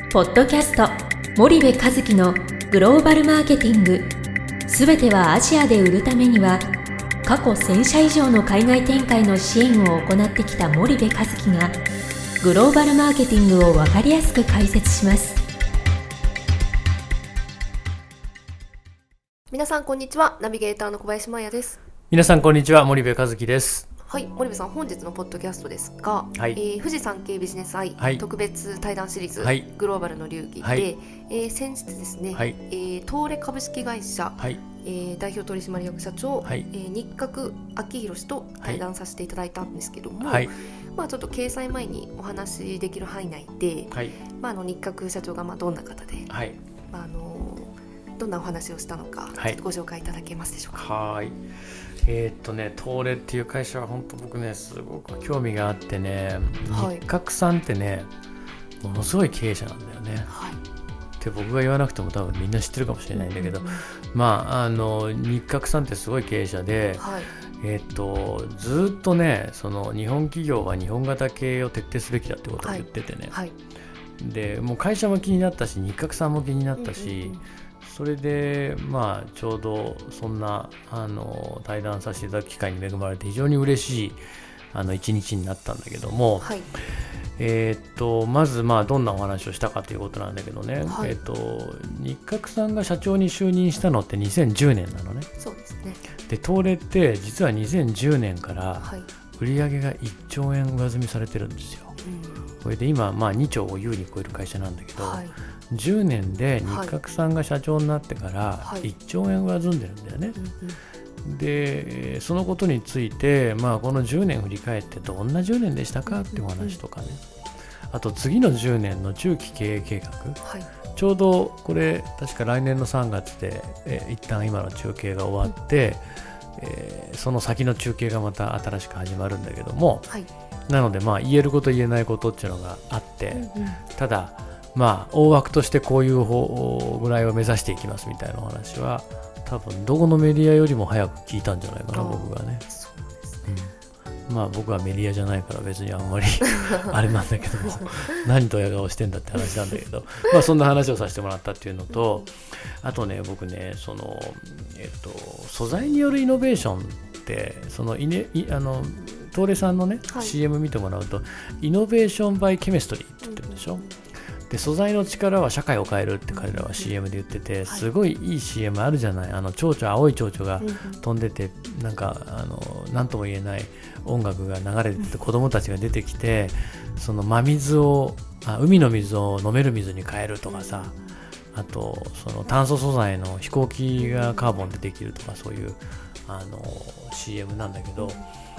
ポッドキャスト森部一樹のグローバルマーケティング、すべてはアジアで売るためには、過去1000社以上の海外展開の支援を行ってきた森部一樹がグローバルマーケティングを分かりやすく解説します。 皆さんこんにちは。ナビゲーターの小林真也です。 皆さんこんにちは。森部一樹です。 はい、森部さん、本日のポッドキャストですが、富士山系ビジネスアイ、特別対談シリーズ、グローバルの流儀で、先日ですね、東レ株式会社、代表取締役社長、日角明宏氏と対談させていただいたんですけども、ちょっと掲載前にお話しできる範囲内で、日角社長がどんな方で、どんなお話をしたのか、ちょっとご紹介いただけますでしょうか。 東レっていう会社は本当僕ねすごく興味があってね、日角さんってねものすごい経営者なんだよね、って僕が言わなくても多分みんな知ってるかもしれないんだけど、日角さんってすごい経営者で、ずっとねその日本企業は日本型経営を徹底すべきだってことを言っててね、でもう会社も気になったし日角さんも気になったし、それでちょうどそんな対談させていただく機会に恵まれて非常に嬉しい一日になったんだけども、まずどんなお話をしたかということなんだけどね、日角さんが社長に就任したのって2010年なのね。 そうですね。 で東レって実は2010年から売上が1兆円上積みされてるんですよ。これで今2兆を優に超える会社なんだけど、10年で日角さんが社長になってから1兆円上積んでるんだよね。でそのことについて、この10年振り返ってどんな10年でしたかっていうお話とかね、あと次の10年の中期経営計画、ちょうどこれ確か来年の3月で、一旦今の中継が終わって、その先の中継がまた新しく始まるんだけども、なので言えること言えないことっていうのがあって、ただ大枠としてこういうぐらいを目指していきますみたいなお話は多分どこのメディアよりも早く聞いたんじゃないかな、僕がね。僕はメディアじゃないから別にあんまりあれなんだけども何とや顔してんだって話なんだけどそんな話をさせてもらったっていうのと、あとね僕ね素材によるイノベーションって東レさんのね、CM 見てもらうとイノベーションバイケミストリーって言ってるでしょ。で素材の力は社会を変えるって彼らは CM で言ってて、すごいいい CM あるじゃない。青い蝶々が飛んでて、なんとも言えない音楽が流れてて子供たちが出てきて、その海の水を飲める水に変えるとかさ、あとその炭素素材の飛行機がカーボンでできるとか、そういうCM なんだけど、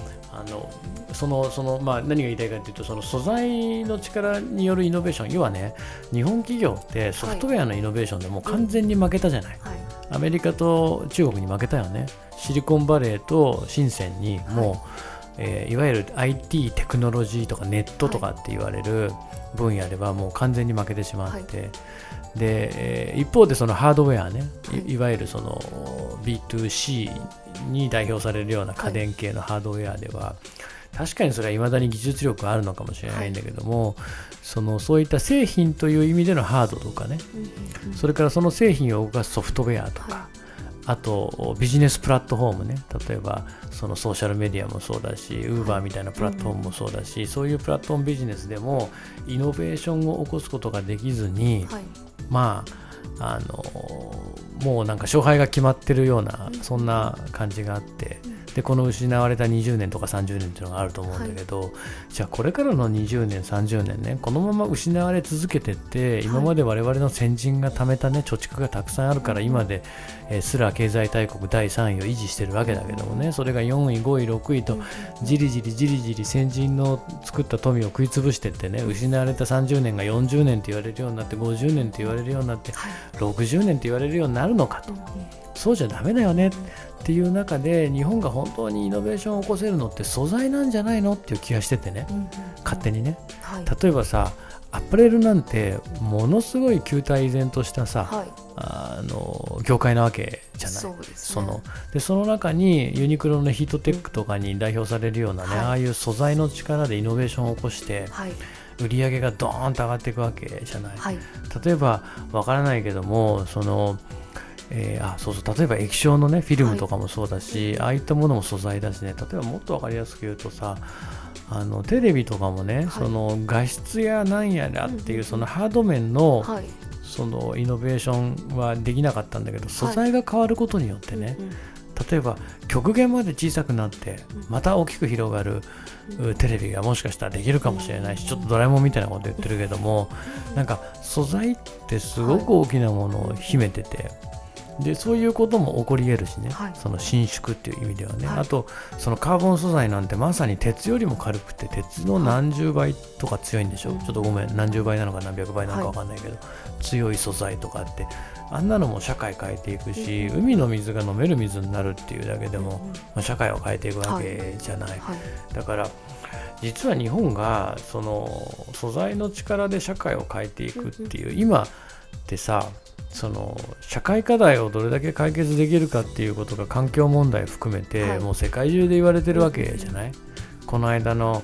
何が言いたいかというと、その素材の力によるイノベーション、要はね日本企業ってソフトウェアのイノベーションでもう完全に負けたじゃない、アメリカと中国に負けたよね。シリコンバレーと深センにもう、いわゆる IT テクノロジーとかネットとかって言われる分野ではもう完全に負けてしまって、で一方でそのハードウェアね、いわゆるその B2C に代表されるような家電系のハードウェアでは、確かにそれは未だに技術力あるのかもしれないんだけども、そういった製品という意味でのハードとかね、それからその製品を動かすソフトウェアとか、あとビジネスプラットフォームね、例えばそのソーシャルメディアもそうだし、Uber みたいなプラットフォームもそうだし、そういうプラットフォームビジネスでもイノベーションを起こすことができずに、もうなんか勝敗が決まってるような、そんな感じがあって、でこの失われた20年とか30年っていうのがあると思うんだけど、じゃあこれからの20年30年ね、このまま失われ続けてって、今まで我々の先人が貯めたね貯蓄がたくさんあるから今ですら経済大国第3位を維持してるわけだけどもね、それが4位5位6位とじりじり先人の作った富を食い潰してってね、失われた30年が40年って言われるようになって、50年って言われるようになって、60年って言われるようになるのかと、そうじゃダメだよねっていう中で、日本が本当にイノベーションを起こせるのって素材なんじゃないのっていう気がしててね、勝手にね、例えばさアパレルなんてものすごい旧態依然としたさ、業界なわけじゃない。そうですね。その中にユニクロのヒートテックとかに代表されるようなね、ああいう素材の力でイノベーションを起こして、 売り上げがドーンと上がっていくわけじゃない、例えばわからないけども例えば液晶のねフィルムとかもそうだし、ああいったものも素材だしね、例えばもっとわかりやすく言うとさ、テレビとかもね、その画質やなんやらっていうそのハード面の、そのイノベーションはできなかったんだけど、素材が変わることによってね、例えば極限まで小さくなってまた大きく広がるテレビがもしかしたらできるかもしれないし、ちょっとドラえもんみたいなこと言ってるけども、なんか素材ってすごく大きなものを秘めてて、でそういうことも起こり得るしね、その伸縮っていう意味ではね、あとそのカーボン素材なんてまさに鉄よりも軽くて鉄の何十倍とか強いんでしょ、ちょっとごめん何十倍なのか何百倍なのか分かんないけど、強い素材とかってあんなのも社会変えていくし、海の水が飲める水になるっていうだけでも、社会を変えていくわけじゃない、だから実は日本がその素材の力で社会を変えていくっていう、今ってさ、その社会課題をどれだけ解決できるかっていうことが環境問題含めて、もう世界中で言われてるわけじゃない、この間の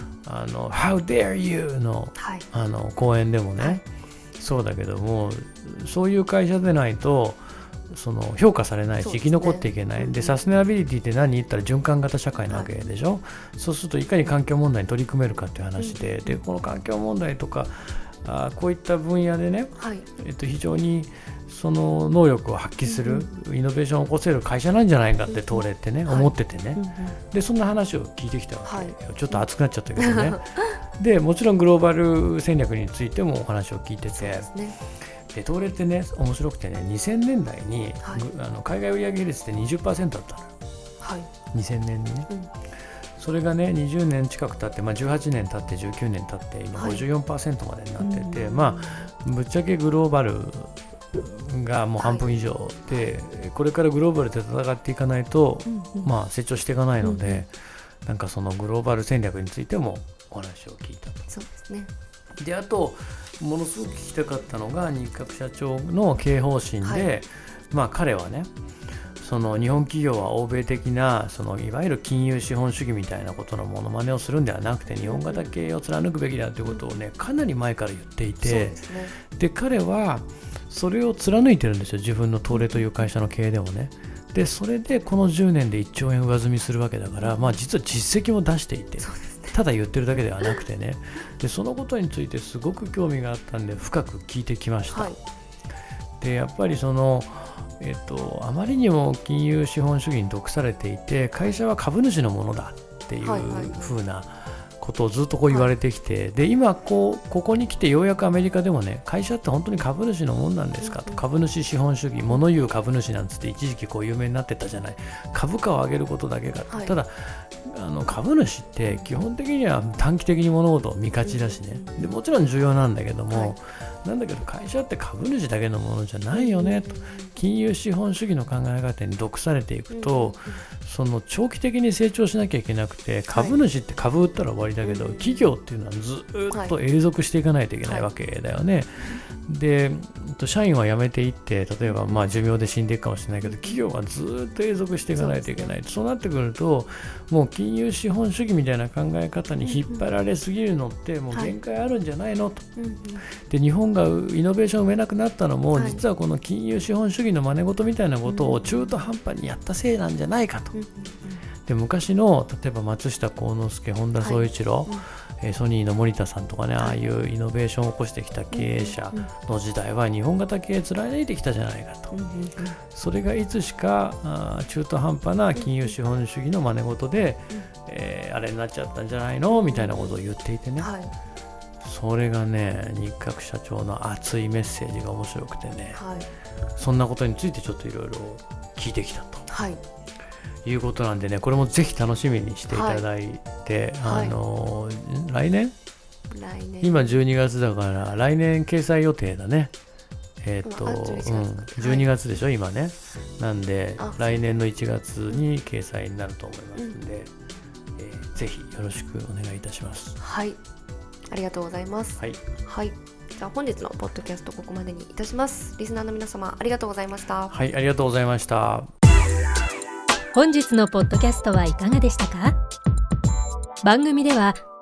How dare you の、講演でもね、そうだけども、そういう会社でないとその評価されないし生き残っていけない。でサステナビリティって何言ったら循環型社会なわけでしょ、そうするといかに環境問題に取り組めるかっていう話で、でこの環境問題とかこういった分野でね、非常にその能力を発揮する、イノベーションを起こせる会社なんじゃないかって東レってね、思っててね、でそんな話を聞いてきたわけ、ちょっと熱くなっちゃったけどねでもちろんグローバル戦略についてもお話を聞いてて、で東レってね面白くてね、2000年代に、海外売上比率って 20% だったの、2000年にね、それがね20年近く経って、18年経って19年経って今 54% までになってて、ぶっちゃけグローバルがもう半分以上で、これからグローバルで戦っていかないと、成長していかないので、なんかそのグローバル戦略についてもお話を聞いたと。 そうですね。 であとものすごく聞きたかったのが日覚社長の経営方針で、彼はね、その日本企業は欧米的なそのいわゆる金融資本主義みたいなことのモノマネをするんではなくて、日本型経営を貫くべきだということをねかなり前から言っていて、で彼はそれを貫いてるんですよ、自分の東レという会社の経営でもね。でそれでこの10年で1兆円上積みするわけだから、実は実績も出していて、ただ言ってるだけではなくてね、でそのことについてすごく興味があったんで深く聞いてきました、でやっぱりそのあまりにも金融資本主義に毒されていて、会社は株主のものだっていう風なことをずっとこう言われてきて、で今ここに来てようやくアメリカでもね、会社って本当に株主のもんなんですかと、株主資本主義、物言う株主なんつって一時期こう有名になってたじゃない、株価を上げることだけが、ただ株主って基本的には短期的に物事を見がちだしね、でもちろん重要なんだけども、なんだけど会社って株主だけのものじゃないよねと、金融資本主義の考え方に毒されていくと、その長期的に成長しなきゃいけなくて、株主って株売ったら終わりだけど、企業っていうのはずっと永続していかないといけないわけだよね、で社員は辞めていって、例えば寿命で死んでいくかもしれないけど、企業はずっと永続していかないといけない、そうなってくるともう金融資本主義みたいな考え方に引っ張られすぎるのってもう限界あるんじゃないのと、で日本がイノベーションを埋めなくなったのも、実はこの金融資本主義の真似事みたいなことを中途半端にやったせいなんじゃないかと、で昔の例えば松下幸之助、本田宗一郎、ソニーの森田さんとかね、ああいうイノベーションを起こしてきた経営者の時代は日本型経営貫いてきたじゃないかと、それがいつしか中途半端な金融資本主義の真似事で、あれになっちゃったんじゃないのみたいなことを言っていてね、それがね日覚社長の熱いメッセージが面白くてね、そんなことについてちょっといろいろ聞いてきたと、いうことなんでね、これもぜひ楽しみにしていただいて、来年今12月だから来年掲載予定だね。12月でしょ今ね。なんで来年の1月に掲載になると思いますんで、ぜひよろしくお願いいたします。 はい、ありがとうございます。はい、じゃあ本日のポッドキャストここまでにいたします。リスナーの皆様ありがとうございました。 はい、ありがとうございました。 本日のポッドキャストはいかがでしたか？番組では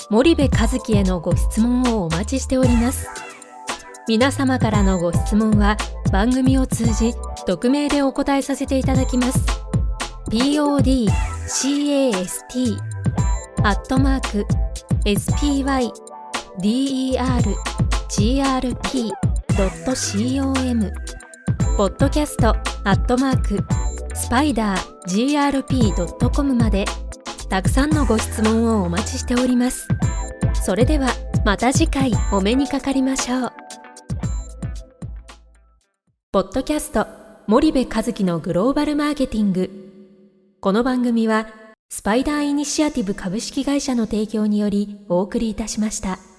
森部和樹へのご質問をお待ちしております。皆様からのご質問は番組を通じ匿名でお答えさせていただきます。podcast@spydergrp.com podcast@spidergrp.com までたくさんのご質問をお待ちしております。それではまた次回お目にかかりましょう。ポッドキャスト森部和樹のグローバルマーケティング。この番組はスパイダーイニシアティブ株式会社の提供によりお送りいたしました。